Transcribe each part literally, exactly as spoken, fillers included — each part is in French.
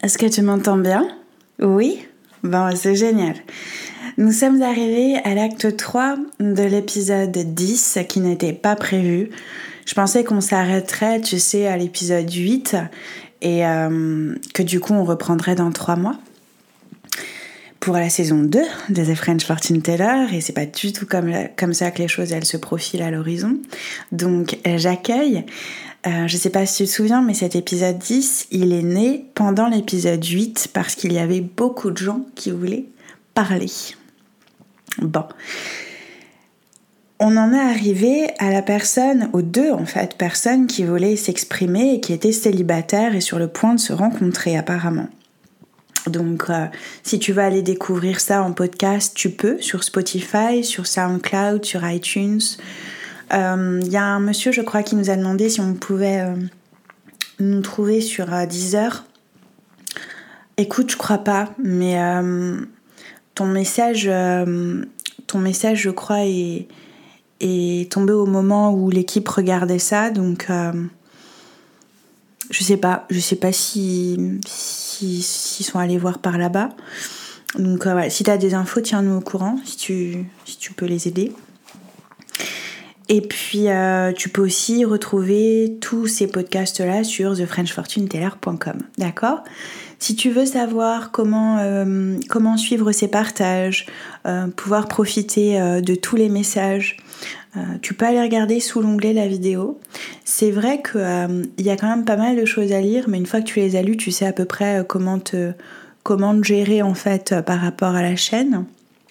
Est-ce que tu m'entends bien ? Oui ? Bon, c'est génial. Nous sommes arrivés à l'acte trois de l'épisode dix qui n'était pas prévu. Je pensais qu'on s'arrêterait, tu sais, à l'épisode huit et euh, que du coup on reprendrait dans trois mois pour la saison deux de The French Fortune Teller, et c'est pas du tout comme, comme ça que les choses elles se profilent à l'horizon. Donc j'accueille, euh, je sais pas si tu te souviens, mais cet épisode dix, il est né pendant l'épisode huit parce qu'il y avait beaucoup de gens qui voulaient parler. Bon. On en est arrivé à la personne, aux deux en fait, personnes qui voulaient s'exprimer et qui étaient célibataires et sur le point de se rencontrer apparemment. Donc euh, si tu veux aller découvrir ça en podcast, tu peux, sur Spotify, sur SoundCloud, sur iTunes. Il euh, y a un monsieur, je crois, qui nous a demandé si on pouvait euh, nous trouver sur euh, Deezer. Écoute, je crois pas, mais euh, ton message, euh, ton message, je crois, est, est tombé au moment où l'équipe regardait ça, donc euh, je sais pas, je sais pas si, si, s'ils sont allés voir par là-bas. Donc euh, ouais, si t'as des infos, tiens-nous au courant, si tu, si tu peux les aider. Et puis euh, tu peux aussi retrouver tous ces podcasts-là sur the french fortune teller point com, d'accord ? Si tu veux savoir comment, euh, comment suivre ces partages, euh, pouvoir profiter euh, de tous les messages, euh, tu peux aller regarder sous l'onglet la vidéo. C'est vrai qu'il euh, y a quand même pas mal de choses à lire, mais une fois que tu les as lues, tu sais à peu près euh, comment, te, comment te gérer en fait euh, par rapport à la chaîne.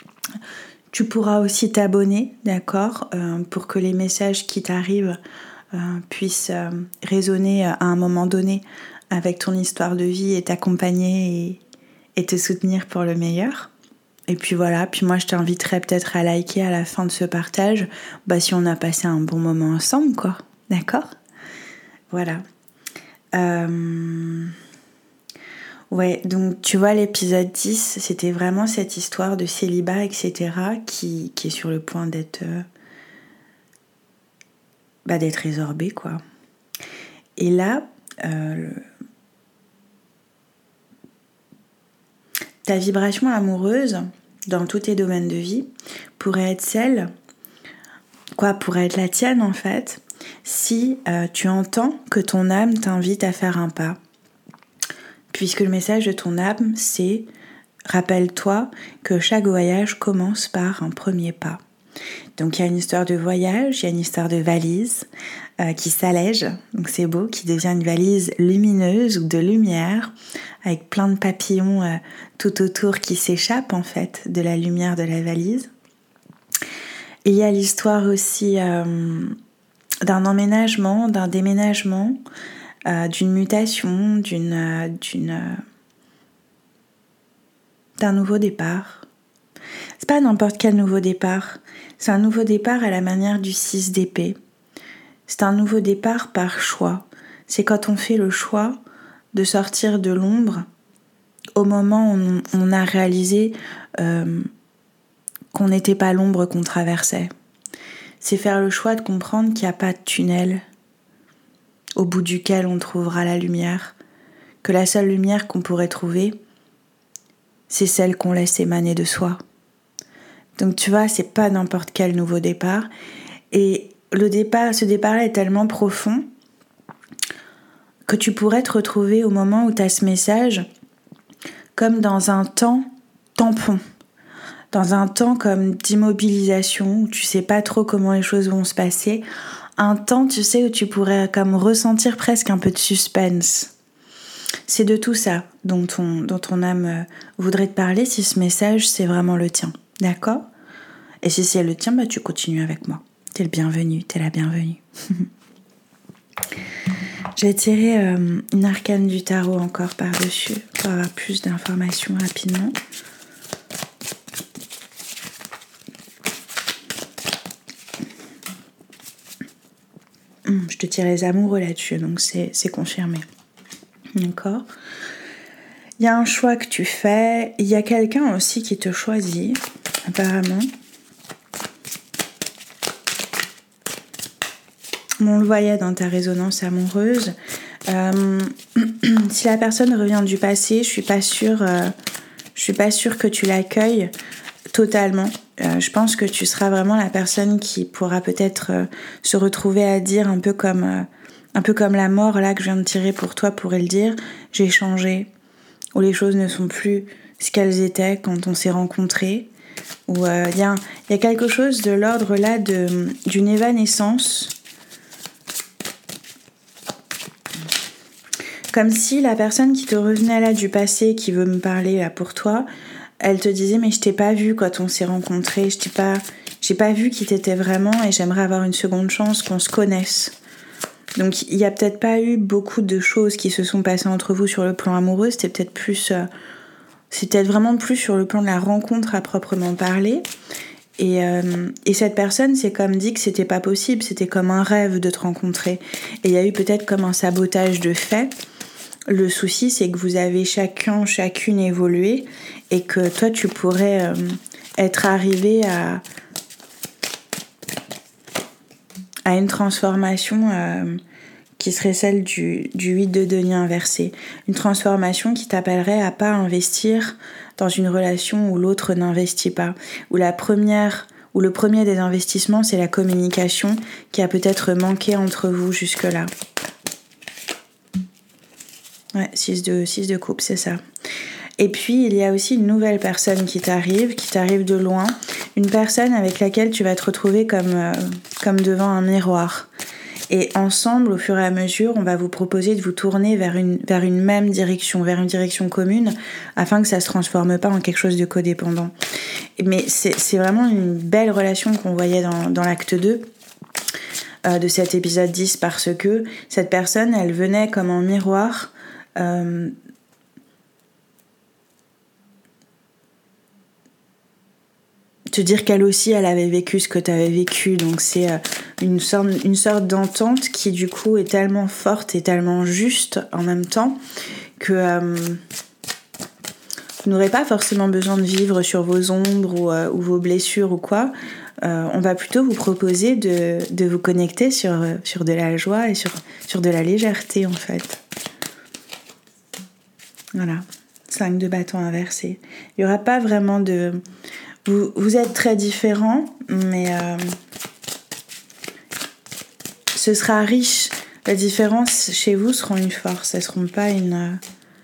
Tu pourras aussi t'abonner, d'accord, euh, pour que les messages qui t'arrivent euh, puissent euh, résonner à un moment donné avec ton histoire de vie et t'accompagner et, et te soutenir pour le meilleur. Et puis voilà, puis moi je t'inviterai peut-être à liker à la fin de ce partage, bah si on a passé un bon moment ensemble, quoi, d'accord ? Voilà. Euh... Ouais, donc tu vois, l'épisode dix, c'était vraiment cette histoire de célibat, et cetera, qui, qui est sur le point d'être, euh, bah, d'être résorbée, quoi. Et là, euh, ta vibration amoureuse, dans tous tes domaines de vie, pourrait être celle, quoi, pourrait être la tienne, en fait, si euh, tu entends que ton âme t'invite à faire un pas. Puisque le message de ton âme, c'est « Rappelle-toi que chaque voyage commence par un premier pas ». Donc il y a une histoire de voyage, il y a une histoire de valise euh, qui s'allège, donc c'est beau, qui devient une valise lumineuse ou de lumière, avec plein de papillons euh, tout autour qui s'échappent en fait de la lumière de la valise. Et il y a l'histoire aussi euh, d'un emménagement, d'un déménagement, euh, d'une mutation, d'une, euh, d'une, euh, d'un nouveau départ. C'est pas n'importe quel nouveau départ, c'est un nouveau départ à la manière du six d'épée. C'est un nouveau départ par choix. C'est quand on fait le choix de sortir de l'ombre au moment où on, on a réalisé euh, qu'on n'était pas l'ombre qu'on traversait. C'est faire le choix de comprendre qu'il n'y a pas de tunnel au bout duquel on trouvera la lumière, que la seule lumière qu'on pourrait trouver, c'est celle qu'on laisse émaner de soi. Donc tu vois, c'est pas n'importe quel nouveau départ. Et le départ, ce départ-là est tellement profond que tu pourrais te retrouver au moment où tu as ce message comme dans un temps tampon, dans un temps comme d'immobilisation où tu sais pas trop comment les choses vont se passer, un temps, tu sais, où tu pourrais comme ressentir presque un peu de suspense. C'est de tout ça dont ton, dont ton âme voudrait te parler si ce message, c'est vraiment le tien. D'accord ? Et si c'est le tien, bah tu continues avec moi. T'es le bienvenu, t'es la bienvenue. J'ai tiré euh, une arcane du tarot encore par-dessus pour avoir plus d'informations rapidement. Hum, je te tire les amoureux là-dessus, donc c'est, c'est confirmé. D'accord ? Il y a un choix que tu fais. Il y a quelqu'un aussi qui te choisit, apparemment. On le voyait dans ta résonance amoureuse. Euh, si la personne revient du passé, je suis pas sûre, euh, je suis pas sûre que tu l'accueilles totalement. Euh, je pense que tu seras vraiment la personne qui pourra peut-être euh, se retrouver à dire un peu comme, euh, un peu comme la mort là que je viens de tirer pour toi pourrait le dire. J'ai changé, ou les choses ne sont plus ce qu'elles étaient quand on s'est rencontrés. Ou il euh, y, y a quelque chose de l'ordre là de, d'une évanescence. Comme si la personne qui te revenait là du passé, qui veut me parler là pour toi, elle te disait mais je t'ai pas vu quand on s'est rencontrés, je t'ai pas, j'ai pas vu qui t'étais vraiment et j'aimerais avoir une seconde chance, qu'on se connaisse. Donc il y a peut-être pas eu beaucoup de choses qui se sont passées entre vous sur le plan amoureux, c'était peut-être plus, euh, c'est peut-être vraiment plus sur le plan de la rencontre à proprement parler. Et, euh, et cette personne s'est comme dit que c'était pas possible, c'était comme un rêve de te rencontrer. Et il y a eu peut-être comme un sabotage de fait. Le souci, c'est que vous avez chacun, chacune évolué et que toi, tu pourrais euh, être arrivé à, à une transformation euh, qui serait celle du, du huit de denier inversé. Une transformation qui t'appellerait à pas investir dans une relation où l'autre n'investit pas. Où la première, où le premier des investissements, c'est la communication qui a peut-être manqué entre vous jusque-là. Ouais, six de, six de coupe, c'est ça. Et puis, il y a aussi une nouvelle personne qui t'arrive, qui t'arrive de loin. Une personne avec laquelle tu vas te retrouver comme, euh, comme devant un miroir. Et ensemble, au fur et à mesure, on va vous proposer de vous tourner vers une, vers une même direction, vers une direction commune, afin que ça ne se transforme pas en quelque chose de codépendant. Mais c'est, c'est vraiment une belle relation qu'on voyait dans, dans l'acte deux. Euh, de cet épisode dix, parce que cette personne, elle venait comme un miroir Euh, te dire qu'elle aussi elle avait vécu ce que tu avais vécu, donc c'est euh, une sorte, une sorte d'entente qui du coup est tellement forte et tellement juste en même temps que euh, vous n'aurez pas forcément besoin de vivre sur vos ombres ou, euh, ou vos blessures ou quoi. Euh, on va plutôt vous proposer de, de vous connecter sur, sur de la joie et sur, sur de la légèreté en fait. Voilà, cinq de bâton inversé. Il n'y aura pas vraiment de... Vous, vous êtes très différents, mais euh, ce sera riche. La différence chez vous sera une force, elles ne seront pas une...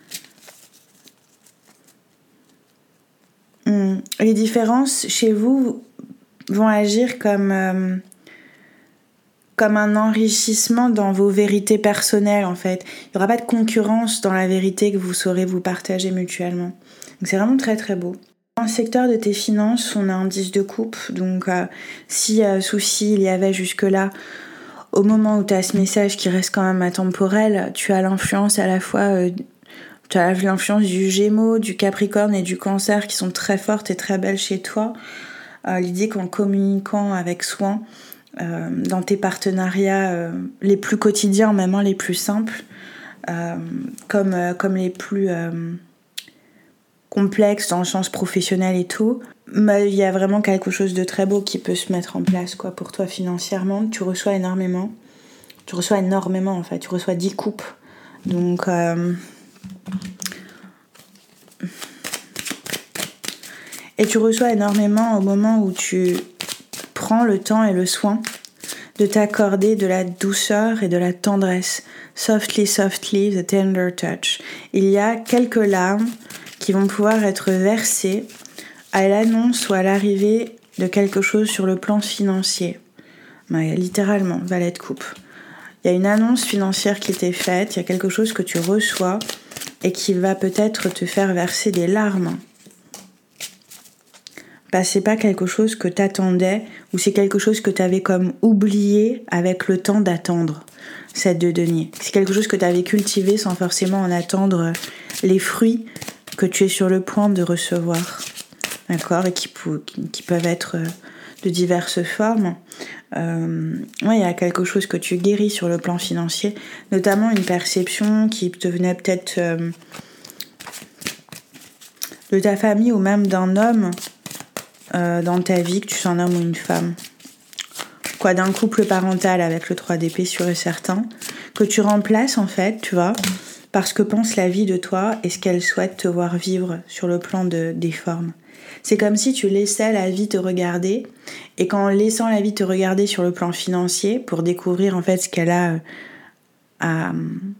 Euh... Les différences chez vous vont agir comme... Euh, comme un enrichissement dans vos vérités personnelles en fait. Il n'y aura pas de concurrence dans la vérité que vous saurez vous partager mutuellement. Donc c'est vraiment très très beau. Dans le secteur de tes finances, on a un dix de coupe. Donc euh, si euh, souci il y avait jusque-là, au moment où tu as ce message qui reste quand même atemporel, tu as l'influence à la fois... Euh, tu as l'influence du Gémeaux, du Capricorne et du Cancer qui sont très fortes et très belles chez toi. Euh, l'idée qu'en communiquant avec soin, Euh, dans tes partenariats euh, les plus quotidiens, même hein, les plus simples, euh, comme, euh, comme les plus euh, complexes dans le sens professionnel et tout, mais il y a vraiment quelque chose de très beau qui peut se mettre en place quoi, pour toi financièrement. Tu reçois énormément, tu reçois énormément en fait, tu reçois dix coupes. Donc, euh... et tu reçois énormément au moment où tu prends le temps et le soin de t'accorder de la douceur et de la tendresse. Softly, softly, the tender touch. Il y a quelques larmes qui vont pouvoir être versées à l'annonce ou à l'arrivée de quelque chose sur le plan financier. Ouais, littéralement, valet de coupe. Il y a une annonce financière qui t'est faite, il y a quelque chose que tu reçois et qui va peut-être te faire verser des larmes. Bah, c'est pas quelque chose que t'attendais ou c'est quelque chose que t'avais comme oublié avec le temps d'attendre cette de denier. C'est quelque chose que t'avais cultivé sans forcément en attendre les fruits que tu es sur le point de recevoir. D'accord ? Et qui, pou- qui peuvent être de diverses formes. Euh, ouais, il y a quelque chose que tu guéris sur le plan financier, notamment une perception qui te venait peut-être euh, de ta famille ou même d'un homme Euh, dans ta vie, que tu sois un homme ou une femme. Quoi, d'un couple parental avec le trois d'épée sûr et certain, que tu remplaces en fait, tu vois, par ce que pense la vie de toi et ce qu'elle souhaite te voir vivre sur le plan de, des formes. C'est comme si tu laissais la vie te regarder, et qu'en laissant la vie te regarder sur le plan financier, pour découvrir en fait ce qu'elle a à,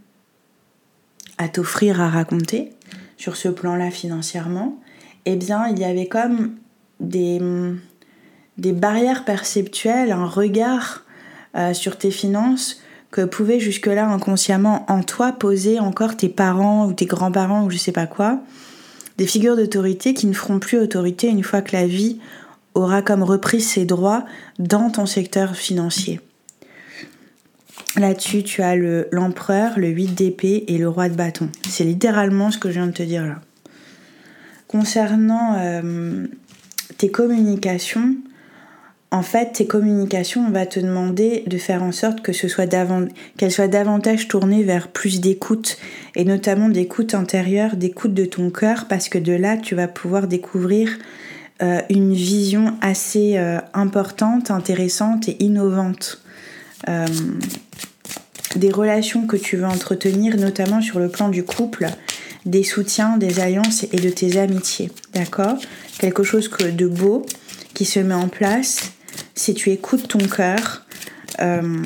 à t'offrir, à raconter, sur ce plan-là financièrement, eh bien il y avait comme des, des barrières perceptuelles, un regard euh, sur tes finances que pouvaient jusque-là inconsciemment en toi poser encore tes parents ou tes grands-parents ou je sais pas quoi, des figures d'autorité qui ne feront plus autorité une fois que la vie aura comme repris ses droits dans ton secteur financier. Là-dessus, tu as le, l'empereur, le huit d'épée et le roi de bâton. C'est littéralement ce que je viens de te dire là. Concernant euh, tes communications, en fait, tes communications, on va te demander de faire en sorte que ce soit davant, qu'elles soient davantage tournées vers plus d'écoute, et notamment d'écoute intérieure, d'écoute de ton cœur, parce que de là, tu vas pouvoir découvrir euh, une vision assez euh, importante, intéressante et innovante euh, des relations que tu veux entretenir, notamment sur le plan du couple, des soutiens, des alliances et de tes amitiés, d'accord ? Quelque chose que de beau qui se met en place si tu écoutes ton cœur. Euh,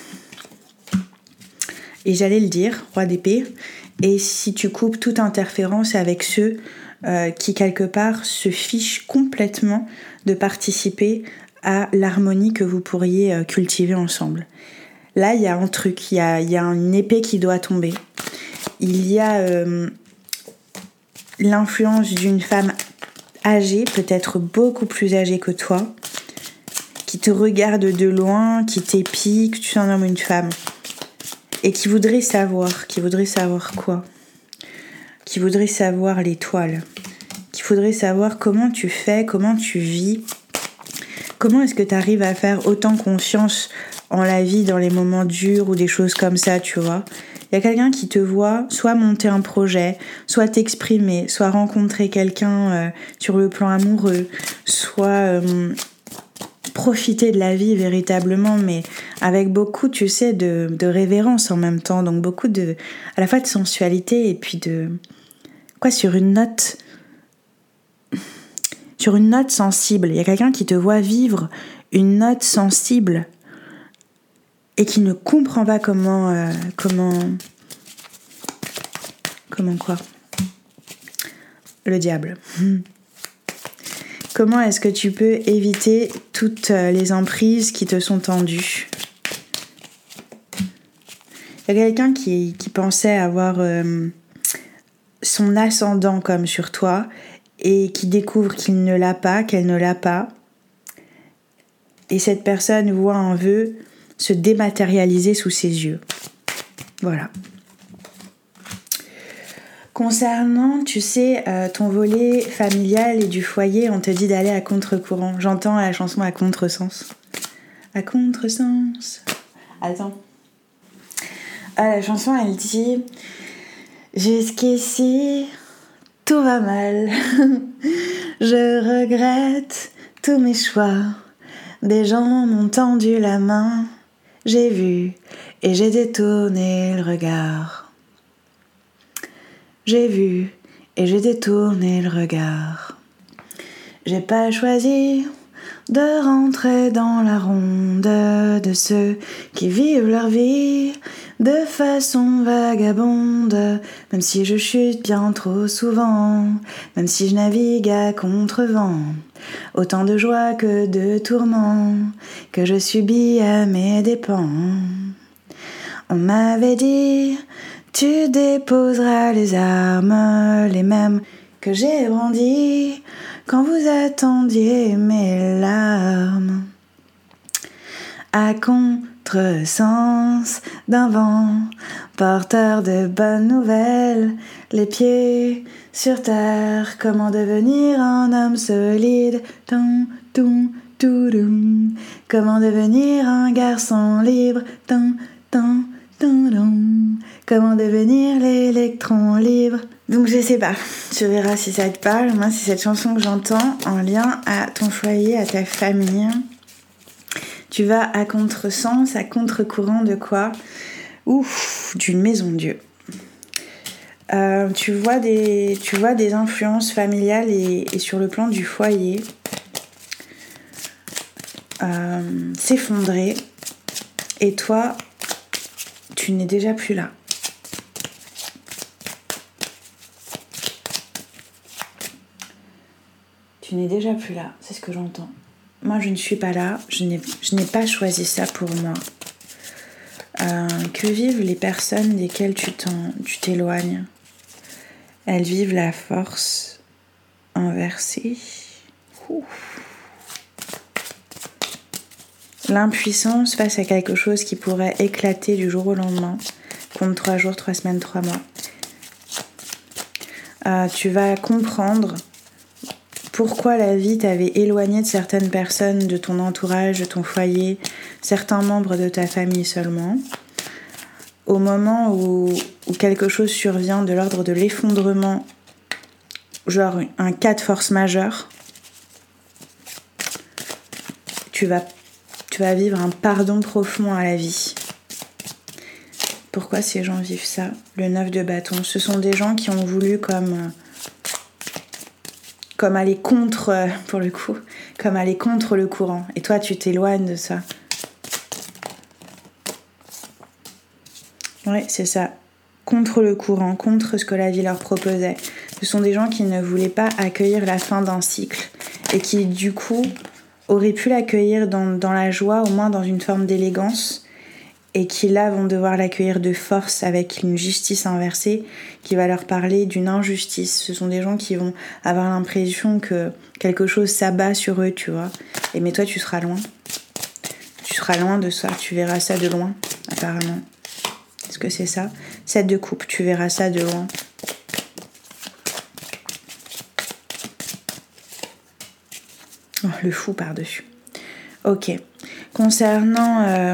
et j'allais le dire, roi d'épée, et si tu coupes toute interférence avec ceux euh, qui, quelque part, se fichent complètement de participer à l'harmonie que vous pourriez euh, cultiver ensemble. Là, il y a un truc, il y a, il y a une épée qui doit tomber. Il y a euh, l'influence d'une femme âgée, peut-être beaucoup plus âgée que toi, qui te regarde de loin, qui t'épie, que tu surnommes une femme, et qui voudrait savoir, qui voudrait savoir quoi ? Qui voudrait savoir l'étoile, qui voudrait savoir comment tu fais, comment tu vis, comment est-ce que tu arrives à faire autant confiance en la vie dans les moments durs ou des choses comme ça, tu vois. Il y a quelqu'un qui te voit soit monter un projet, soit t'exprimer, soit rencontrer quelqu'un euh, sur le plan amoureux, soit euh, profiter de la vie véritablement, mais avec beaucoup, tu sais, de, de révérence en même temps, donc beaucoup de, à la fois de sensualité et puis de, quoi, sur une note, sur une note sensible. Il y a quelqu'un qui te voit vivre une note sensible et qui ne comprend pas comment, euh, comment, comment quoi, le diable. Comment est-ce que tu peux éviter toutes les emprises qui te sont tendues ? Il y a quelqu'un qui, qui pensait avoir euh, son ascendant comme sur toi et qui découvre qu'il ne l'a pas, qu'elle ne l'a pas. Et cette personne voit un vœu se dématérialiser sous ses yeux. Voilà. Concernant, tu sais, euh, ton volet familial et du foyer, on te dit d'aller à contre-courant. J'entends la chanson à contresens. À contresens. Attends. Ah, la chanson, elle dit « Jusqu'ici, tout va mal. Je regrette tous mes choix. Des gens m'ont tendu la main. J'ai vu et j'ai détourné le regard. J'ai vu et j'ai détourné le regard. J'ai pas choisi de rentrer dans la ronde de ceux qui vivent leur vie de façon vagabonde, même si je chute bien trop souvent, même si je navigue à contre-vent. Autant de joie que de tourments que je subis à mes dépens. On m'avait dit, tu déposeras les armes, les mêmes que j'ai brandies quand vous attendiez mes larmes. À contresens d'un vent, porteur de bonnes nouvelles, les pieds sur terre, comment devenir un homme solide, tum, tum, toudoum. Comment devenir un garçon libre, tum, tum, tum, comment devenir l'électron libre. Donc je sais pas, tu verras si ça te parle. Moi c'est cette chanson que j'entends en lien à ton foyer, à ta famille. Tu vas à contresens, à contre-courant de quoi ? Ouf, d'une maison Dieu. Euh, tu vois des, tu vois des influences familiales et, et sur le plan du foyer euh, s'effondrer. Et toi, tu n'es déjà plus là. Tu n'es déjà plus là, c'est ce que j'entends. Moi, je ne suis pas là, je n'ai, je n'ai pas choisi ça pour moi. Euh, que vivent les personnes desquelles tu, t'en, tu t'éloignes? Elles vivent la force inversée. Ouh. L'impuissance face à quelque chose qui pourrait éclater du jour au lendemain. Compte trois jours, trois semaines, trois mois. Euh, tu vas comprendre pourquoi la vie t'avait éloigné de certaines personnes, de ton entourage, de ton foyer, certains membres de ta famille seulement. Au moment où, où quelque chose survient de l'ordre de l'effondrement, genre un cas de force majeure, tu vas, tu vas vivre un pardon profond à la vie. Pourquoi ces gens vivent ça? Le neuf de bâton, ce sont des gens qui ont voulu comme... comme aller contre, pour le coup, comme aller contre le courant. Et toi, tu t'éloignes de ça. Ouais, c'est ça. Contre le courant, contre ce que la vie leur proposait. Ce sont des gens qui ne voulaient pas accueillir la fin d'un cycle et qui, du coup, auraient pu l'accueillir dans, dans la joie, au moins dans une forme d'élégance, et qui, là, vont devoir l'accueillir de force avec une justice inversée qui va leur parler d'une injustice. Ce sont des gens qui vont avoir l'impression que quelque chose s'abat sur eux, tu vois. Et mais toi, tu seras loin. Tu seras loin de ça. Tu verras ça de loin, apparemment. Est-ce que c'est ça? Sept de coupe, tu verras ça de loin. Oh, le fou par-dessus. Ok. Concernant... Euh...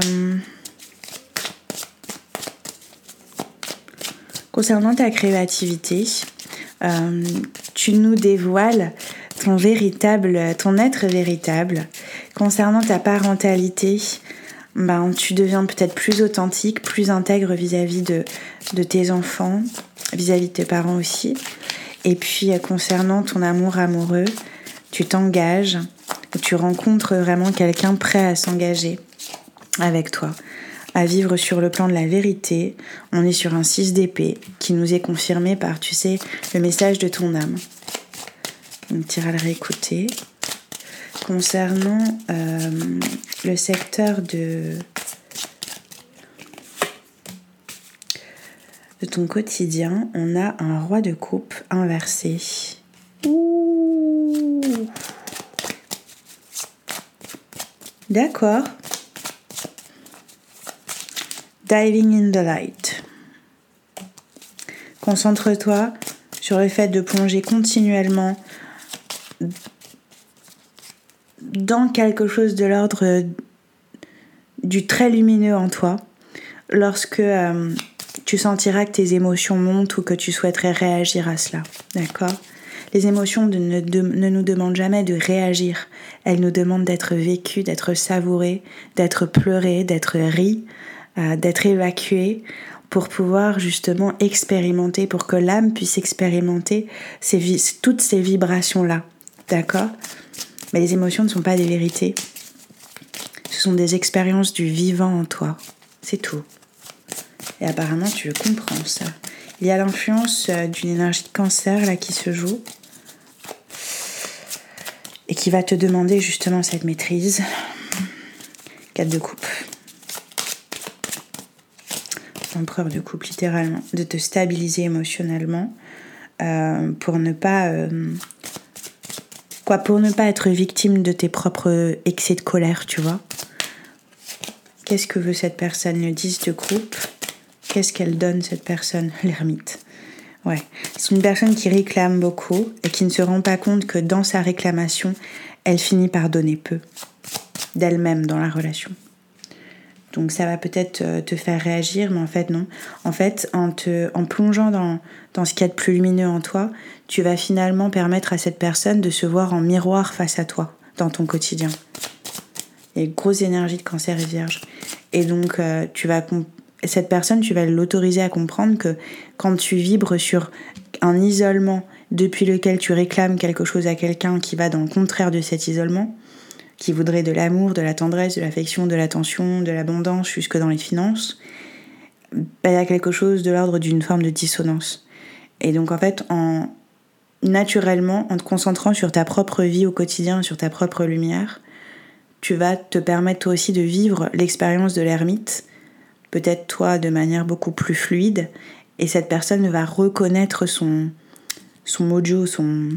Concernant ta créativité, euh, tu nous dévoiles ton véritable, ton être véritable. Concernant ta parentalité, ben, tu deviens peut-être plus authentique, plus intègre vis-à-vis de, de tes enfants, vis-à-vis de tes parents aussi. Et puis, concernant ton amour amoureux, tu t'engages, tu rencontres vraiment quelqu'un prêt à s'engager avec toi, à vivre sur le plan de la vérité. On est sur un six d'épée qui nous est confirmé par, tu sais, le message de ton âme. Donc, tu iras le réécouter. Concernant euh, le secteur de, de ton quotidien, on a un roi de coupe inversé. Ouh. D'accord. Diving in the light. Concentre-toi sur le fait de plonger continuellement dans quelque chose de l'ordre du très lumineux en toi. Lorsque euh, tu sentiras que tes émotions montent ou que tu souhaiterais réagir à cela. D'accord ? Les émotions de, ne, de, ne nous demandent jamais de réagir. Elles nous demandent d'être vécues, d'être savourées, d'être pleurées, d'être ries, euh, d'être évacuées pour pouvoir justement expérimenter, pour que l'âme puisse expérimenter ces vi- toutes ces vibrations-là. D'accord ? Mais les émotions ne sont pas des vérités. Ce sont des expériences du vivant en toi. C'est tout. Et apparemment, tu le comprends, ça. Il y a l'influence d'une énergie de cancer là qui se joue et qui va te demander justement cette maîtrise. Quatre de coupe. Empereur de coupe, littéralement. De te stabiliser émotionnellement euh, pour ne pas... Euh, quoi, pour ne pas être victime de tes propres excès de colère, tu vois. Qu'est-ce que veut cette personne? Le dix de coupe. Qu'est-ce qu'elle donne, cette personne? L'ermite. Ouais. C'est une personne qui réclame beaucoup et qui ne se rend pas compte que dans sa réclamation, elle finit par donner peu d'elle-même dans la relation. Donc ça va peut-être te faire réagir, mais en fait non. En fait, en, te, en plongeant dans, dans ce qu'il y a de plus lumineux en toi, tu vas finalement permettre à cette personne de se voir en miroir face à toi, dans ton quotidien. Il y a une grosse énergie de cancer et vierge. Et donc, euh, tu vas... Comp- cette personne, tu vas l'autoriser à comprendre que quand tu vibres sur un isolement depuis lequel tu réclames quelque chose à quelqu'un qui va dans le contraire de cet isolement, qui voudrait de l'amour, de la tendresse, de l'affection, de l'attention, de l'abondance, jusque dans les finances, ben, il y a quelque chose de l'ordre d'une forme de dissonance. Et donc en fait, en, naturellement, en te concentrant sur ta propre vie au quotidien, sur ta propre lumière, tu vas te permettre toi aussi de vivre l'expérience de l'ermite, peut-être toi de manière beaucoup plus fluide, et cette personne va reconnaître son, son mojo, son,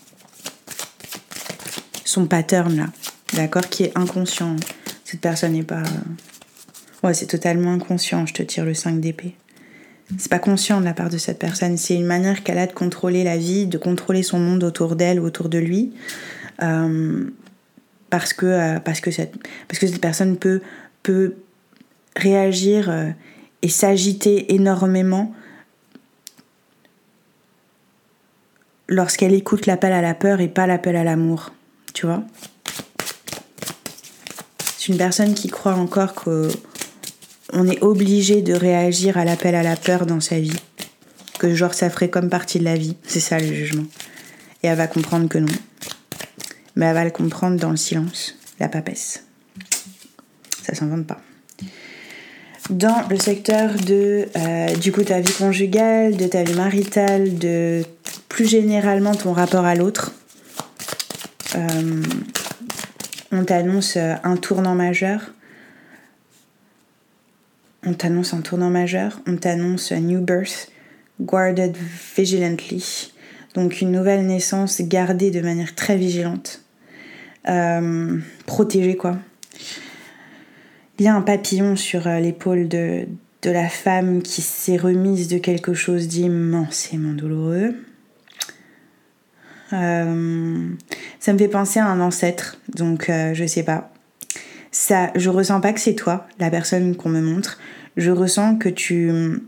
son pattern là, d'accord, qui est inconscient. Cette personne n'est pas... Ouais, c'est totalement inconscient, je te tire le cinq d'épée. C'est pas conscient de la part de cette personne, c'est une manière qu'elle a de contrôler la vie, de contrôler son monde autour d'elle ou autour de lui. Euh, parce que, euh, parce que, cette, parce que cette personne peut, peut réagir euh, et s'agiter énormément lorsqu'elle écoute l'appel à la peur et pas l'appel à l'amour, tu vois. C'est une personne qui croit encore qu'on est obligé de réagir à l'appel à la peur dans sa vie, que genre ça ferait comme partie de la vie, c'est ça le jugement. Et elle va comprendre que non. Mais elle va le comprendre dans le silence, la papesse. Ça s'invente pas. Dans le secteur de euh, du coup ta vie conjugale, de ta vie maritale, de plus généralement ton rapport à l'autre, euh, on t'annonce un tournant majeur. On t'annonce un tournant majeur. On t'annonce a new birth, guarded vigilantly. Donc une nouvelle naissance gardée de manière très vigilante. Euh, protégée quoi. Il y a un papillon sur l'épaule de, de la femme qui s'est remise de quelque chose d'immensément douloureux. Euh, ça me fait penser à un ancêtre, donc euh, je sais pas. Ça, je ressens pas que c'est toi, la personne qu'on me montre. Je ressens que tu...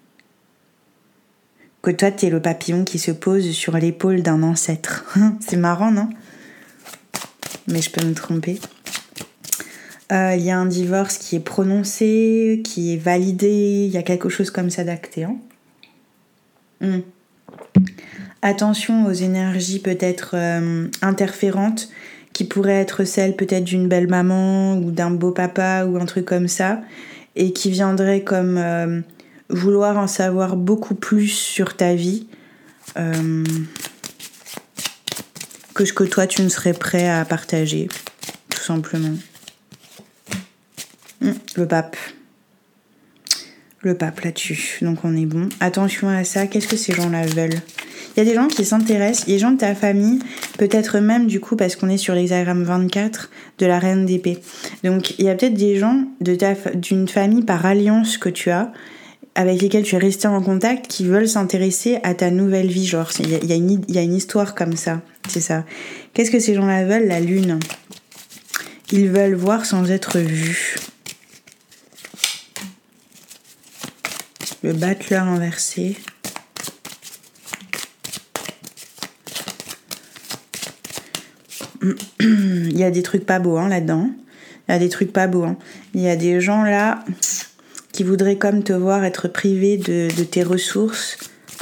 que toi t'es le papillon qui se pose sur l'épaule d'un ancêtre. C'est marrant, non ? Mais je peux me tromper. Il euh, y a un divorce qui est prononcé, qui est validé, il y a quelque chose comme ça d'acté. Hein. Hum. Attention aux énergies peut-être euh, interférentes, qui pourraient être celles peut-être d'une belle maman ou d'un beau papa ou un truc comme ça, et qui viendraient comme euh, vouloir en savoir beaucoup plus sur ta vie euh, que ce que toi tu ne serais prêt à partager, tout simplement. Le pape. Le pape là-dessus. Donc on est bon. Attention à ça. Qu'est-ce que ces gens-là veulent ? Il y a des gens qui s'intéressent. Il y a des gens de ta famille. Peut-être même du coup parce qu'on est sur l'hexagramme vingt-quatre de la reine d'épée. Donc il y a peut-être des gens de ta, d'une famille par alliance que tu as, avec lesquels tu es resté en contact, qui veulent s'intéresser à ta nouvelle vie. Genre il y a, il y a, une, il y a une histoire comme ça. C'est ça. Qu'est-ce que ces gens-là veulent ? La lune. Ils veulent voir sans être vus. Le battleur inversé. Il y a des trucs pas beaux hein, là-dedans. Il y a des trucs pas beaux. Hein. Il y a des gens là qui voudraient comme te voir être privé de, de tes ressources.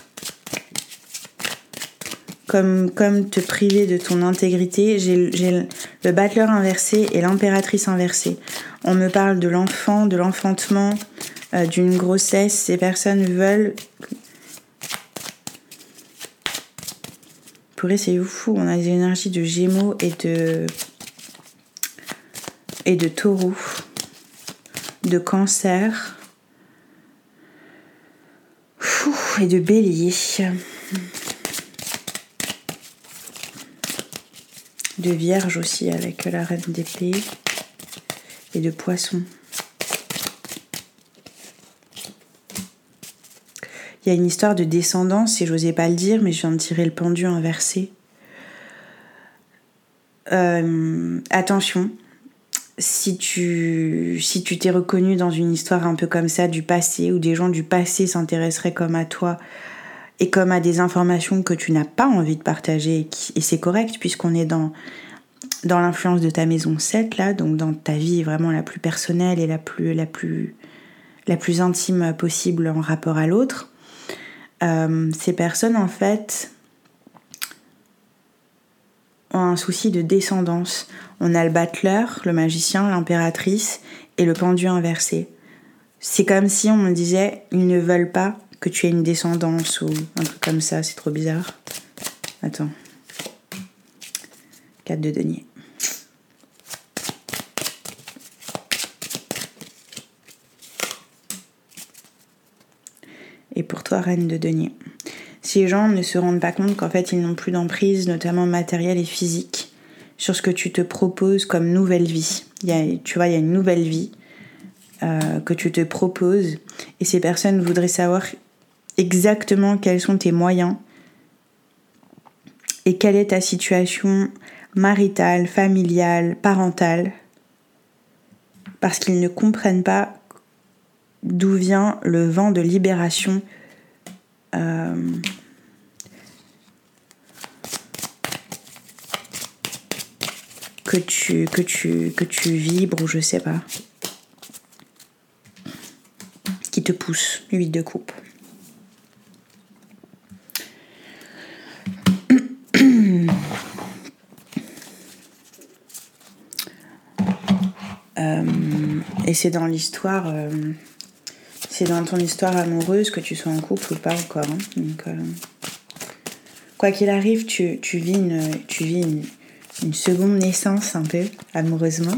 Comme, comme te priver de ton intégrité. J'ai, j'ai le battleur inversé et l'impératrice inversée. On me parle de l'enfant, de l'enfantement, euh, d'une grossesse. Ces personnes veulent... Purée, c'est fou. On a des énergies de Gémeaux et de... et de Taureau. De Cancer. Fou, et de Bélier. De Vierge aussi avec la reine d'épée. Et de Poisson. Il y a une histoire de descendance, et j'osais pas le dire, mais je viens de tirer le pendu inversé. Euh, attention, si tu, si tu t'es reconnu dans une histoire un peu comme ça du passé, où des gens du passé s'intéresseraient comme à toi, et comme à des informations que tu n'as pas envie de partager, et, qui, et c'est correct, puisqu'on est dans, dans l'influence de ta maison sept, là, donc dans ta vie vraiment la plus personnelle et la plus... La plus la plus intime possible en rapport à l'autre. Euh, ces personnes, en fait, ont un souci de descendance. On a le battleur, le magicien, l'impératrice et le pendu inversé. C'est comme si on me disait, ils ne veulent pas que tu aies une descendance ou un truc comme ça, c'est trop bizarre. Attends. quatre de denier. Et pour toi, reine de denier. Ces gens ne se rendent pas compte qu'en fait, ils n'ont plus d'emprise, notamment matérielle et physique, sur ce que tu te proposes comme nouvelle vie. Il y a, tu vois, il y a une nouvelle vie euh, que tu te proposes. Et ces personnes voudraient savoir exactement quels sont tes moyens et quelle est ta situation maritale, familiale, parentale. Parce qu'ils ne comprennent pas d'où vient le vent de libération euh, que tu, que tu, que tu vibres ou je sais pas, qui te pousse, huit de coupe. euh, et c'est dans l'histoire... Euh, C'est dans ton histoire amoureuse, que tu sois en couple ou pas encore. Hein. Donc, euh, quoi qu'il arrive, tu, tu vis, une, tu vis une, une seconde naissance un peu, amoureusement.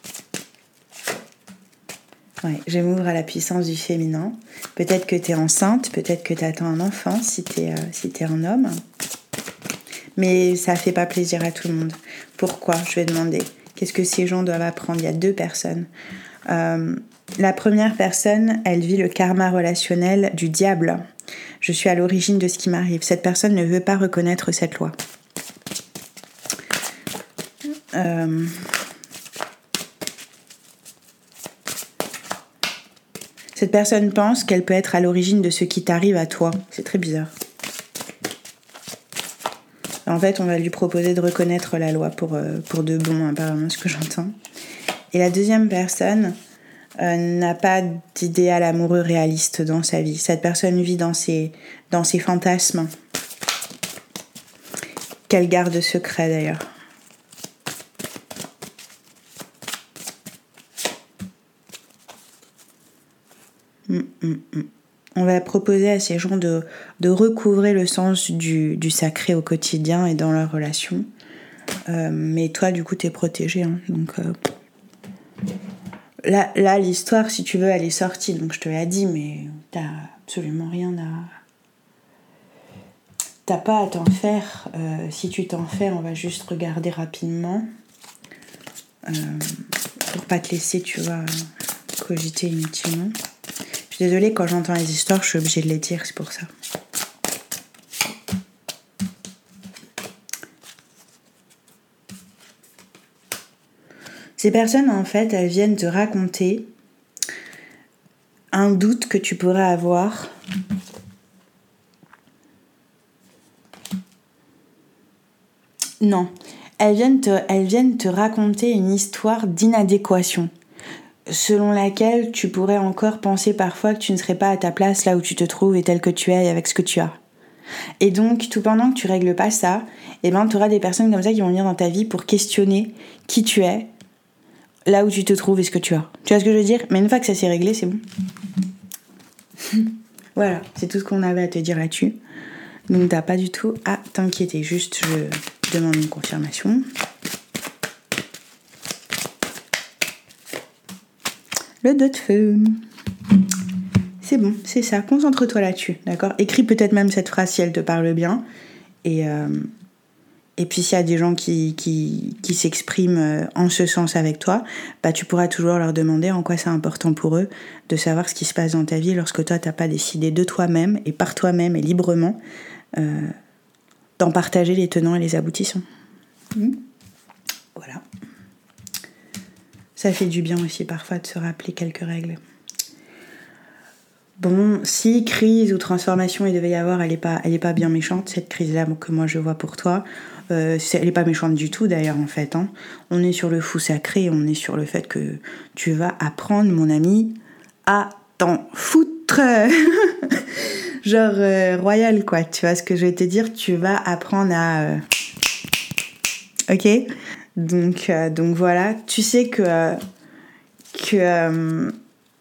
Ouais, je m'ouvre à la puissance du féminin. Peut-être que tu es enceinte, peut-être que tu attends un enfant si tu es euh, si t'es un homme. Mais ça fait pas plaisir à tout le monde. Pourquoi ? Je vais demander. Qu'est-ce que ces gens doivent apprendre ? Il y a deux personnes. Euh, la première personne, elle vit le karma relationnel du diable. Je suis à l'origine de ce qui m'arrive. Cette personne ne veut pas reconnaître cette loi. Euh... Cette personne pense qu'elle peut être à l'origine de ce qui t'arrive à toi. C'est très bizarre. En fait, on va lui proposer de reconnaître la loi pour, euh, pour de bon, apparemment, ce que j'entends. Et la deuxième personne euh, n'a pas d'idéal amoureux réaliste dans sa vie. Cette personne vit dans ses, dans ses fantasmes, qu'elle garde secret d'ailleurs. Hum, hum, hum. On va proposer à ces gens de, de recouvrer le sens du, du sacré au quotidien et dans leurs relations. Euh, mais toi, du coup, t'es protégée. Hein, donc, euh... là, là, l'histoire, si tu veux, elle est sortie. Donc, je te l'ai dit, mais t'as absolument rien à... T'as pas à t'en faire. Euh, si tu t'en fais, on va juste regarder rapidement. Euh, pour pas te laisser, tu vois, cogiter inutilement. Je suis désolée, quand j'entends les histoires, je suis obligée de les dire, c'est pour ça. Ces personnes, en fait, elles viennent te raconter un doute que tu pourrais avoir. Non, elles viennent te, elles viennent te raconter une histoire d'inadéquation, selon laquelle tu pourrais encore penser parfois que tu ne serais pas à ta place là où tu te trouves et tel que tu es et avec ce que tu as. Et donc, tout pendant que tu règles pas ça, eh ben, tu auras des personnes comme ça qui vont venir dans ta vie pour questionner qui tu es, là où tu te trouves et ce que tu as. Tu vois ce que je veux dire ? Mais une fois que ça s'est réglé, c'est bon. Voilà, c'est tout ce qu'on avait à te dire là-dessus. Donc, t'as pas du tout à t'inquiéter. Juste, je demande une confirmation. Le dos de feu. C'est bon, c'est ça. Concentre-toi là-dessus, d'accord ? Écris peut-être même cette phrase si elle te parle bien. Et, euh, et puis s'il y a des gens qui, qui, qui s'expriment en ce sens avec toi, bah, tu pourras toujours leur demander en quoi c'est important pour eux de savoir ce qui se passe dans ta vie lorsque toi, t'as pas décidé de toi-même et par toi-même et librement euh, d'en partager les tenants et les aboutissants. Mmh. Voilà. Ça fait du bien aussi parfois de se rappeler quelques règles. Bon, si crise ou transformation il devait y avoir, elle est pas, elle est pas bien méchante, cette crise-là que moi je vois pour toi. Euh, elle est pas méchante du tout d'ailleurs en fait. Hein. On est sur le fou sacré, on est sur le fait que tu vas apprendre, mon ami, à t'en foutre. Genre euh, royal, quoi. Tu vois ce que je vais te dire? Tu vas apprendre à... Euh... Ok? Donc, euh, donc voilà. Tu sais que... Euh, que... Euh,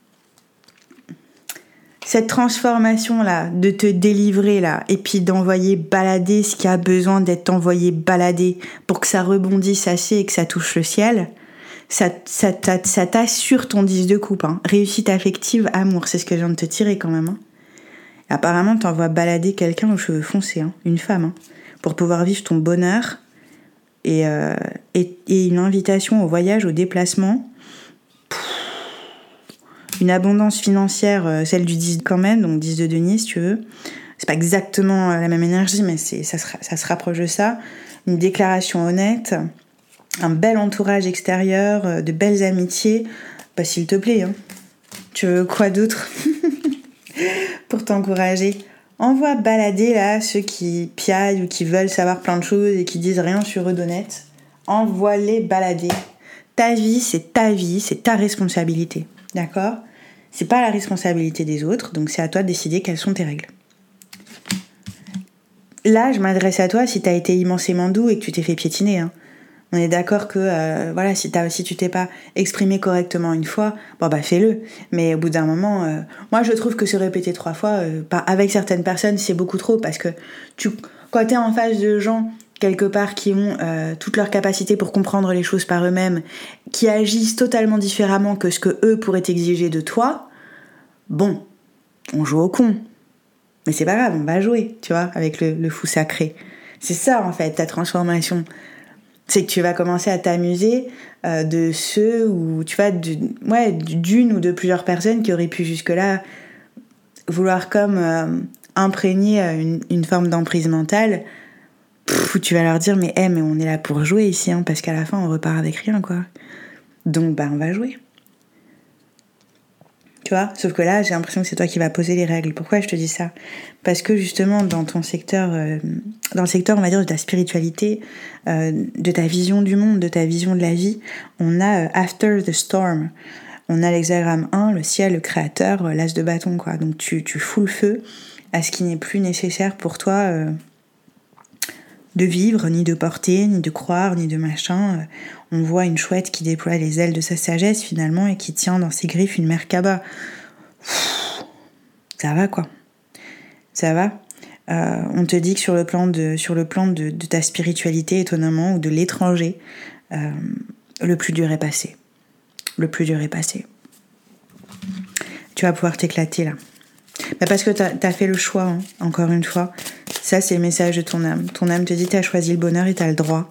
cette transformation-là, de te délivrer, là, et puis d'envoyer balader ce qui a besoin d'être envoyé balader pour que ça rebondisse assez et que ça touche le ciel, ça, ça, ça, ça t'assure ton dix de coupe. Hein. Réussite affective, amour, c'est ce que je viens de te tirer quand même. Hein. Apparemment, t'envoies balader quelqu'un aux cheveux foncés, hein, une femme, hein, pour pouvoir vivre ton bonheur et, euh, et, et une invitation au voyage, au déplacement. Une abondance financière, euh, celle du dix quand même, donc dix de denier si tu veux. C'est pas exactement la même énergie, mais c'est, ça, se, ça se rapproche de ça. Une déclaration honnête, un bel entourage extérieur, euh, de belles amitiés. Bah s'il te plaît, hein. Tu veux quoi d'autre pour t'encourager? Envoie balader là ceux qui piaillent ou qui veulent savoir plein de choses et qui disent rien sur eux d'honnête. Envoie-les balader. Ta vie, c'est ta vie, c'est ta responsabilité. D'accord ? C'est pas la responsabilité des autres, donc c'est à toi de décider quelles sont tes règles. Là, je m'adresse à toi si t'as été immensément doux et que tu t'es fait piétiner. Hein. On est d'accord que, euh, voilà, si, t'as, si tu t'es pas exprimé correctement une fois, bon bah fais-le. Mais au bout d'un moment, euh, moi je trouve que se répéter trois fois, euh, pas, avec certaines personnes, c'est beaucoup trop parce que tu, quand t'es en face de gens quelque part qui ont euh, toute leur capacité pour comprendre les choses par eux-mêmes, qui agissent totalement différemment que ce que eux pourraient exiger de toi, bon, on joue au con. Mais c'est pas grave, on va jouer, tu vois, avec le, le fou sacré. C'est ça, en fait, ta transformation. C'est que tu vas commencer à t'amuser euh, de ceux ou, tu vois, de, ouais, d'une ou de plusieurs personnes qui auraient pu jusque-là vouloir comme euh, imprégner une, une forme d'emprise mentale. Pff, où tu vas leur dire mais, hey, mais on est là pour jouer ici hein, parce qu'à la fin on repart avec rien quoi, donc bah on va jouer, tu vois. Sauf que là j'ai l'impression que c'est toi qui vas poser les règles. Pourquoi je te dis ça? Parce que justement dans ton secteur euh, dans le secteur on va dire de ta spiritualité, euh, de ta vision du monde, de ta vision de la vie, on a euh, After the Storm, on a l'hexagramme un, le ciel, le créateur, euh, l'as de bâton quoi. Donc tu, tu fous le feu à ce qui n'est plus nécessaire pour toi euh, de vivre, ni de porter, ni de croire, ni de machin. On voit une chouette qui déploie les ailes de sa sagesse finalement et qui tient dans ses griffes une Merkaba. Ça va quoi. Ça va. Euh, on te dit que sur le plan de, sur le plan de, de ta spiritualité étonnamment ou de l'étranger, euh, le plus dur est passé. Le plus dur est passé. Tu vas pouvoir t'éclater là. Bah parce que t'as, t'as fait le choix, hein, encore une fois. Ça, c'est le message de ton âme. Ton âme te dit t'as choisi le bonheur et t'as le droit.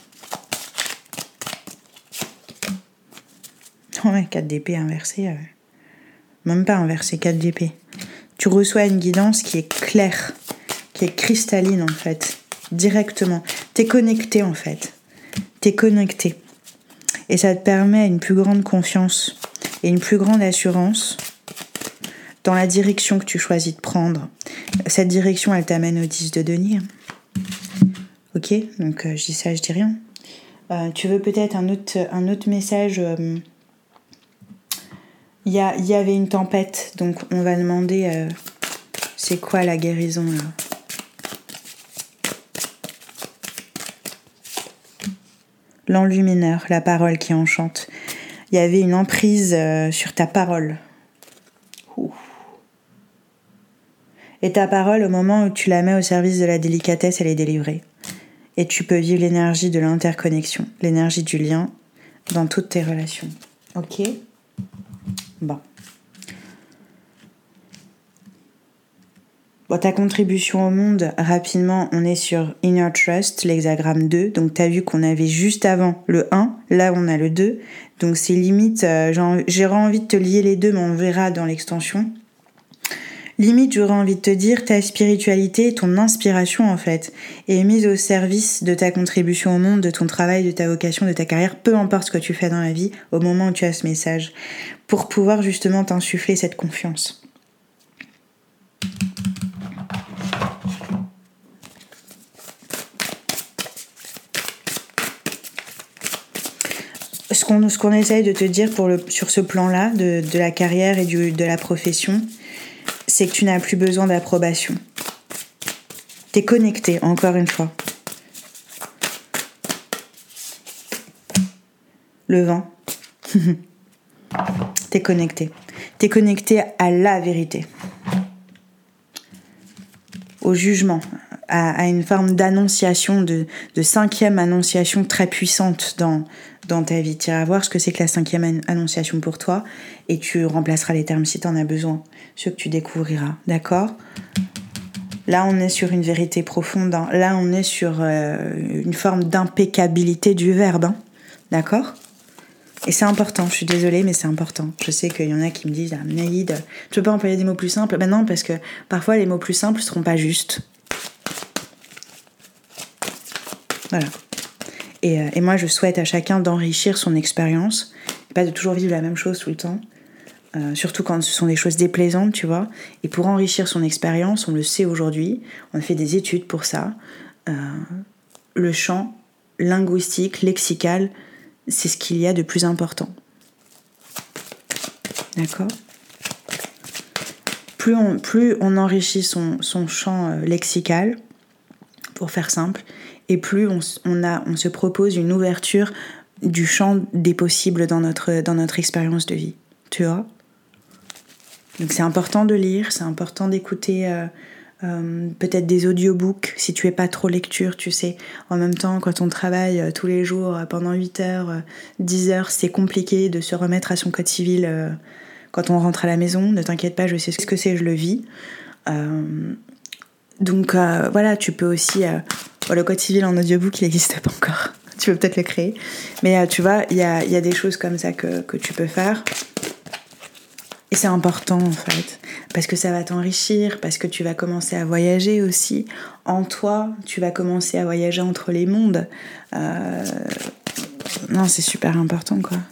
Ouais, quatre d'épée inversé. Euh... Même pas inversé, quatre d'épée. Tu reçois une guidance qui est claire, qui est cristalline en fait, directement. T'es connecté en fait. T'es connecté. Et ça te permet une plus grande confiance et une plus grande assurance dans la direction que tu choisis de prendre. Cette direction, elle t'amène au dix de denier. Ok, donc euh, je dis ça, je dis rien. Euh, tu veux peut-être un autre, un autre message. euh, Il y, a, y avait une tempête, donc on va demander euh, c'est quoi la guérison là. L'enlumineur, la parole qui enchante. Il y avait une emprise euh, sur ta parole. Ouh. Et ta parole, au moment où tu la mets au service de la délicatesse, elle est délivrée. Et tu peux vivre l'énergie de l'interconnexion, l'énergie du lien dans toutes tes relations. Ok ? Bon. Bon, ta contribution au monde, rapidement, on est sur Inner Trust, l'hexagramme deux. Donc, tu as vu qu'on avait juste avant le un. Là, on a le deux. Donc, c'est limite, euh, j'aurais envie de te lier les deux, mais on verra dans l'extension. Limite, j'aurais envie de te dire, ta spiritualité, ton inspiration, en fait, est mise au service de ta contribution au monde, de ton travail, de ta vocation, de ta carrière, peu importe ce que tu fais dans la vie, au moment où tu as ce message, pour pouvoir justement t'insuffler cette confiance. Ce qu'on, ce qu'on essaye de te dire pour le, sur ce plan-là, de, de la carrière et du, de la profession, c'est que tu n'as plus besoin d'approbation. T'es connecté, encore une fois. Le vent. T'es connecté. T'es connecté à la vérité. Au jugement. À, à une forme d'annonciation, de, de cinquième annonciation très puissante dans, dans ta vie. Tu iras voir ce que c'est que la cinquième annonciation pour toi et tu remplaceras les termes si tu en as besoin. Ce que tu découvriras. D'accord ? Là, on est sur une vérité profonde. Hein. Là, on est sur euh, une forme d'impeccabilité du verbe. Hein. D'accord ? Et c'est important, je suis désolée, mais c'est important. Je sais qu'il y en a qui me disent ah, « Naïd, tu peux pas employer des mots plus simples ?» Ben non, parce que parfois, les mots plus simples ne seront pas justes. Voilà. Et, euh, et moi, je souhaite à chacun d'enrichir son expérience, et pas de toujours vivre la même chose tout le temps. Euh, surtout quand ce sont des choses déplaisantes, tu vois. Et pour enrichir son expérience, on le sait aujourd'hui, on fait des études pour ça. Euh, le champ linguistique, lexical, c'est ce qu'il y a de plus important. D'accord ? Plus on, plus on enrichit son, son champ euh, lexical, pour faire simple, et plus on, on, a, on se propose une ouverture du champ des possibles dans notre, dans notre expérience de vie. Tu vois ? Donc c'est important de lire, c'est important d'écouter euh, euh, peut-être des audiobooks si tu es pas trop lecture, tu sais. En même temps, quand on travaille euh, tous les jours euh, pendant huit heures, euh, dix heures, c'est compliqué de se remettre à son code civil euh, quand on rentre à la maison. Ne t'inquiète pas, je sais ce que c'est, je le vis. Euh, donc euh, voilà, tu peux aussi... Euh, bon, le code civil en audiobook, il n'existe pas encore. Tu peux peut-être le créer. Mais euh, tu vois, il y a, y a des choses comme ça que, que tu peux faire. Et c'est important en fait, parce que ça va t'enrichir, parce que tu vas commencer à voyager aussi. En toi, tu vas commencer à voyager entre les mondes. Euh... Non, c'est super important quoi.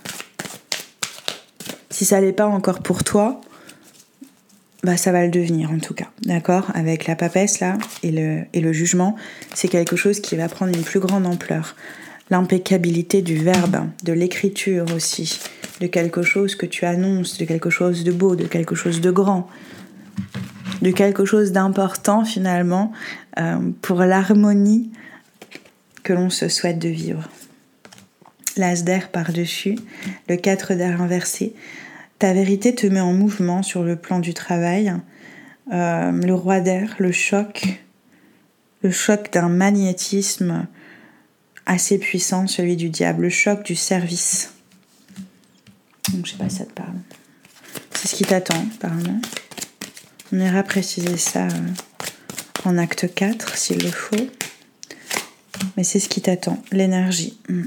Si ça l'est pas encore pour toi, bah ça va le devenir en tout cas, d'accord ? Avec la papesse là et le, et le jugement, c'est quelque chose qui va prendre une plus grande ampleur. L'impeccabilité du verbe, de l'écriture aussi, de quelque chose que tu annonces, de quelque chose de beau, de quelque chose de grand, de quelque chose d'important finalement euh, pour l'harmonie que l'on se souhaite de vivre. L'as d'air par-dessus, le quatre d'air inversé. Ta vérité te met en mouvement sur le plan du travail. Euh, le roi d'air, le choc, le choc d'un magnétisme assez puissant, celui du diable, le choc du service. Donc, je sais pas si ça te parle. C'est ce qui t'attend, apparemment. On ira préciser ça euh, en acte quatre, s'il le faut. Mais c'est ce qui t'attend, l'énergie. Mm.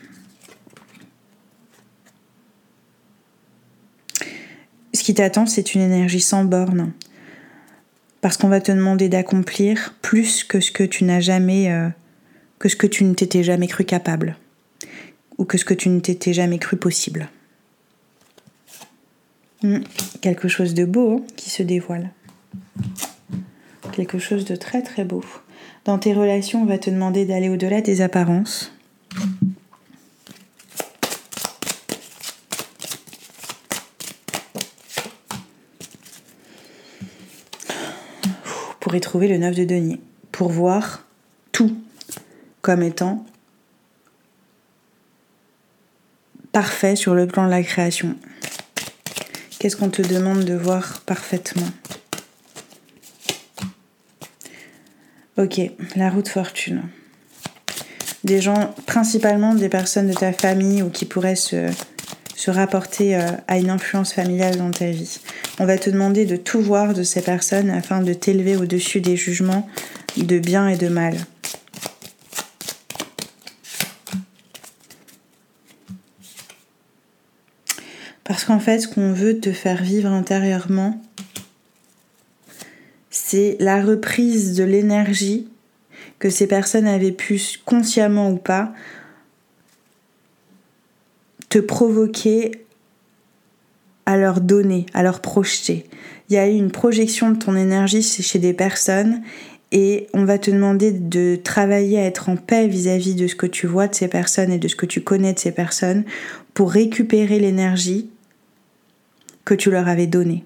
Ce qui t'attend, c'est une énergie sans borne. Parce qu'on va te demander d'accomplir plus que ce que tu n'as jamais... Euh, que ce que tu ne t'étais jamais cru capable. Ou que ce que tu ne t'étais jamais cru possible. Mmh. Quelque chose de beau hein, qui se dévoile. Quelque chose de très très beau. Dans tes relations, on va te demander d'aller au-delà des apparences. Pour y trouver le neuf de denier. Pour voir tout comme étant parfait sur le plan de la création. Qu'est-ce qu'on te demande de voir parfaitement ? Ok, la roue de fortune. Des gens, principalement des personnes de ta famille ou qui pourraient se, se rapporter euh, à une influence familiale dans ta vie. On va te demander de tout voir de ces personnes afin de t'élever au-dessus des jugements de bien et de mal. Parce qu'en fait, ce qu'on veut te faire vivre intérieurement, c'est la reprise de l'énergie que ces personnes avaient pu, consciemment ou pas, te provoquer à leur donner, à leur projeter. Il y a eu une projection de ton énergie chez des personnes et on va te demander de travailler à être en paix vis-à-vis de ce que tu vois de ces personnes et de ce que tu connais de ces personnes pour récupérer l'énergie que tu leur avais donnée.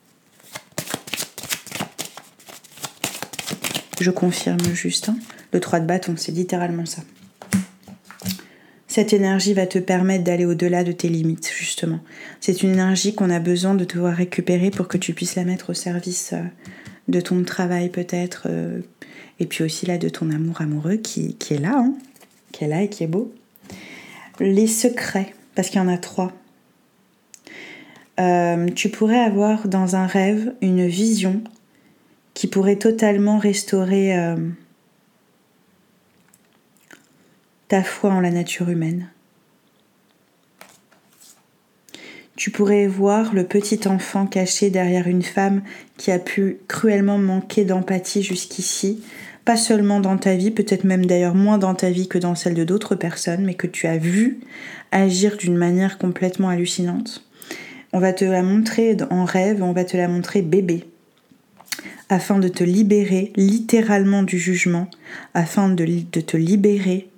Je confirme juste, hein. Le trois de bâton, c'est littéralement ça. Cette énergie va te permettre d'aller au-delà de tes limites, justement. C'est une énergie qu'on a besoin de devoir récupérer pour que tu puisses la mettre au service de ton travail peut-être, euh, et puis aussi là de ton amour amoureux qui, qui est là, hein, qui est là et qui est beau. Les secrets, parce qu'il y en a trois. Euh, tu pourrais avoir dans un rêve une vision qui pourrait totalement restaurer euh, ta foi en la nature humaine. Tu pourrais voir le petit enfant caché derrière une femme qui a pu cruellement manquer d'empathie jusqu'ici, pas seulement dans ta vie, peut-être même d'ailleurs moins dans ta vie que dans celle de d'autres personnes, mais que tu as vu agir d'une manière complètement hallucinante. On va te la montrer en rêve, on va te la montrer bébé, afin de te libérer littéralement du jugement, afin de, de te libérer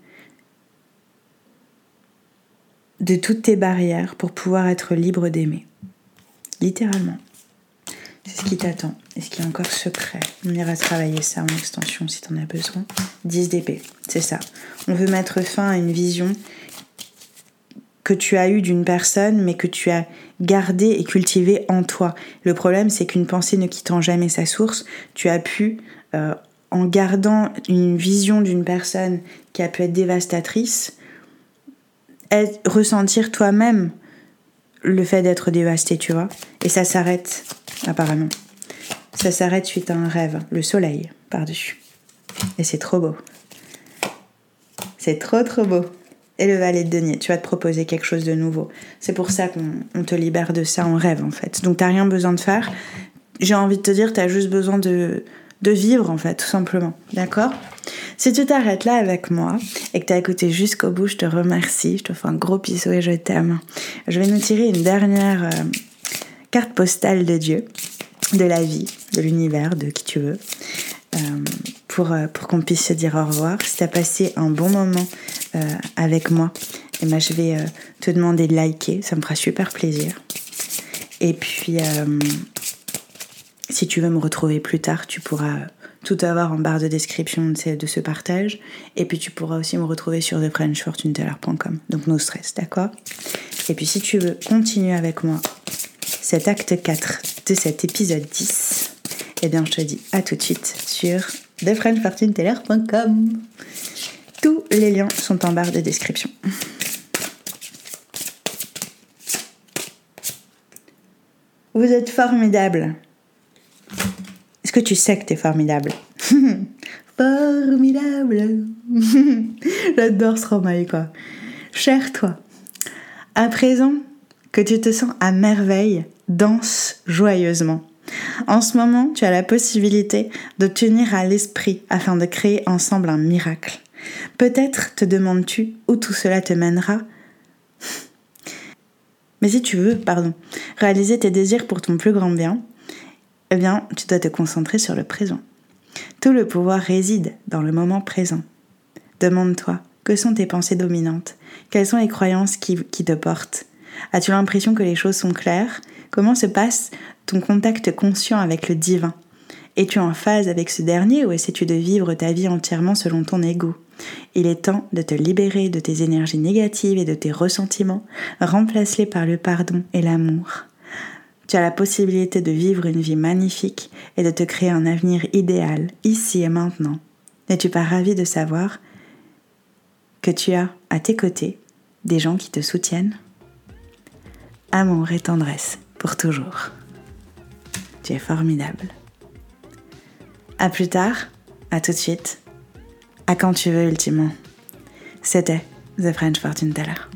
de toutes tes barrières pour pouvoir être libre d'aimer. Littéralement. C'est ce qui t'attend. Et ce qui est encore secret. On ira travailler ça en extension si t'en as besoin. dix d'épée, c'est ça. On veut mettre fin à une vision que tu as eue d'une personne, mais que tu as gardée et cultivée en toi. Le problème, c'est qu'une pensée ne quittant jamais sa source, tu as pu, euh, en gardant une vision d'une personne qui a pu être dévastatrice, être, ressentir toi-même le fait d'être dévasté, tu vois. Et ça s'arrête, apparemment. Ça s'arrête suite à un rêve, le soleil par-dessus. Et c'est trop beau. C'est trop trop beau. Et le valet de denier, tu vas te proposer quelque chose de nouveau. C'est pour ça qu'on on te libère de ça en rêve, en fait. Donc t'as rien besoin de faire. J'ai envie de te dire, t'as juste besoin de, de vivre, en fait, tout simplement. D'accord ? Si tu t'arrêtes là avec moi et que t'as écouté jusqu'au bout, je te remercie. Je te fais un gros bisou et je t'aime. Je vais nous tirer une dernière euh, carte postale de Dieu, de la vie, de l'univers, de qui tu veux. Euh, pour, euh, pour qu'on puisse se dire au revoir. Si tu as passé un bon moment euh, avec moi, et ben je vais euh, te demander de liker, ça me fera super plaisir. Et puis, euh, si tu veux me retrouver plus tard, tu pourras tout avoir en barre de description de ce, de ce partage. Et puis tu pourras aussi me retrouver sur the french fortune teller point com. Donc no stress, d'accord ? Et puis si tu veux continuer avec moi cet acte quatre de cet épisode dix, eh bien, je te dis à tout de suite sur the french fortune teller point com. Tous les liens sont en barre de description. Vous êtes formidable. Est-ce que tu sais que t'es formidable ? Formidable. J'adore ce roman, quoi. Cher toi, à présent que tu te sens à merveille, danse joyeusement. En ce moment, tu as la possibilité de tenir à l'esprit afin de créer ensemble un miracle. Peut-être te demandes-tu où tout cela te mènera. Mais si tu veux, pardon, réaliser tes désirs pour ton plus grand bien, eh bien, tu dois te concentrer sur le présent. Tout le pouvoir réside dans le moment présent. Demande-toi, que sont tes pensées dominantes ? Quelles sont les croyances qui, qui te portent ? As-tu l'impression que les choses sont claires ? Comment se passe ton contact conscient avec le divin ? Es-tu en phase avec ce dernier ou essaies-tu de vivre ta vie entièrement selon ton ego ? Il est temps de te libérer de tes énergies négatives et de tes ressentiments. Remplace-les par le pardon et l'amour. Tu as la possibilité de vivre une vie magnifique et de te créer un avenir idéal, ici et maintenant. N'es-tu pas ravi de savoir que tu as à tes côtés des gens qui te soutiennent ? Amour et tendresse pour toujours. Tu es formidable. À plus tard, à tout de suite, à quand tu veux ultimement. C'était The French Fortune Teller.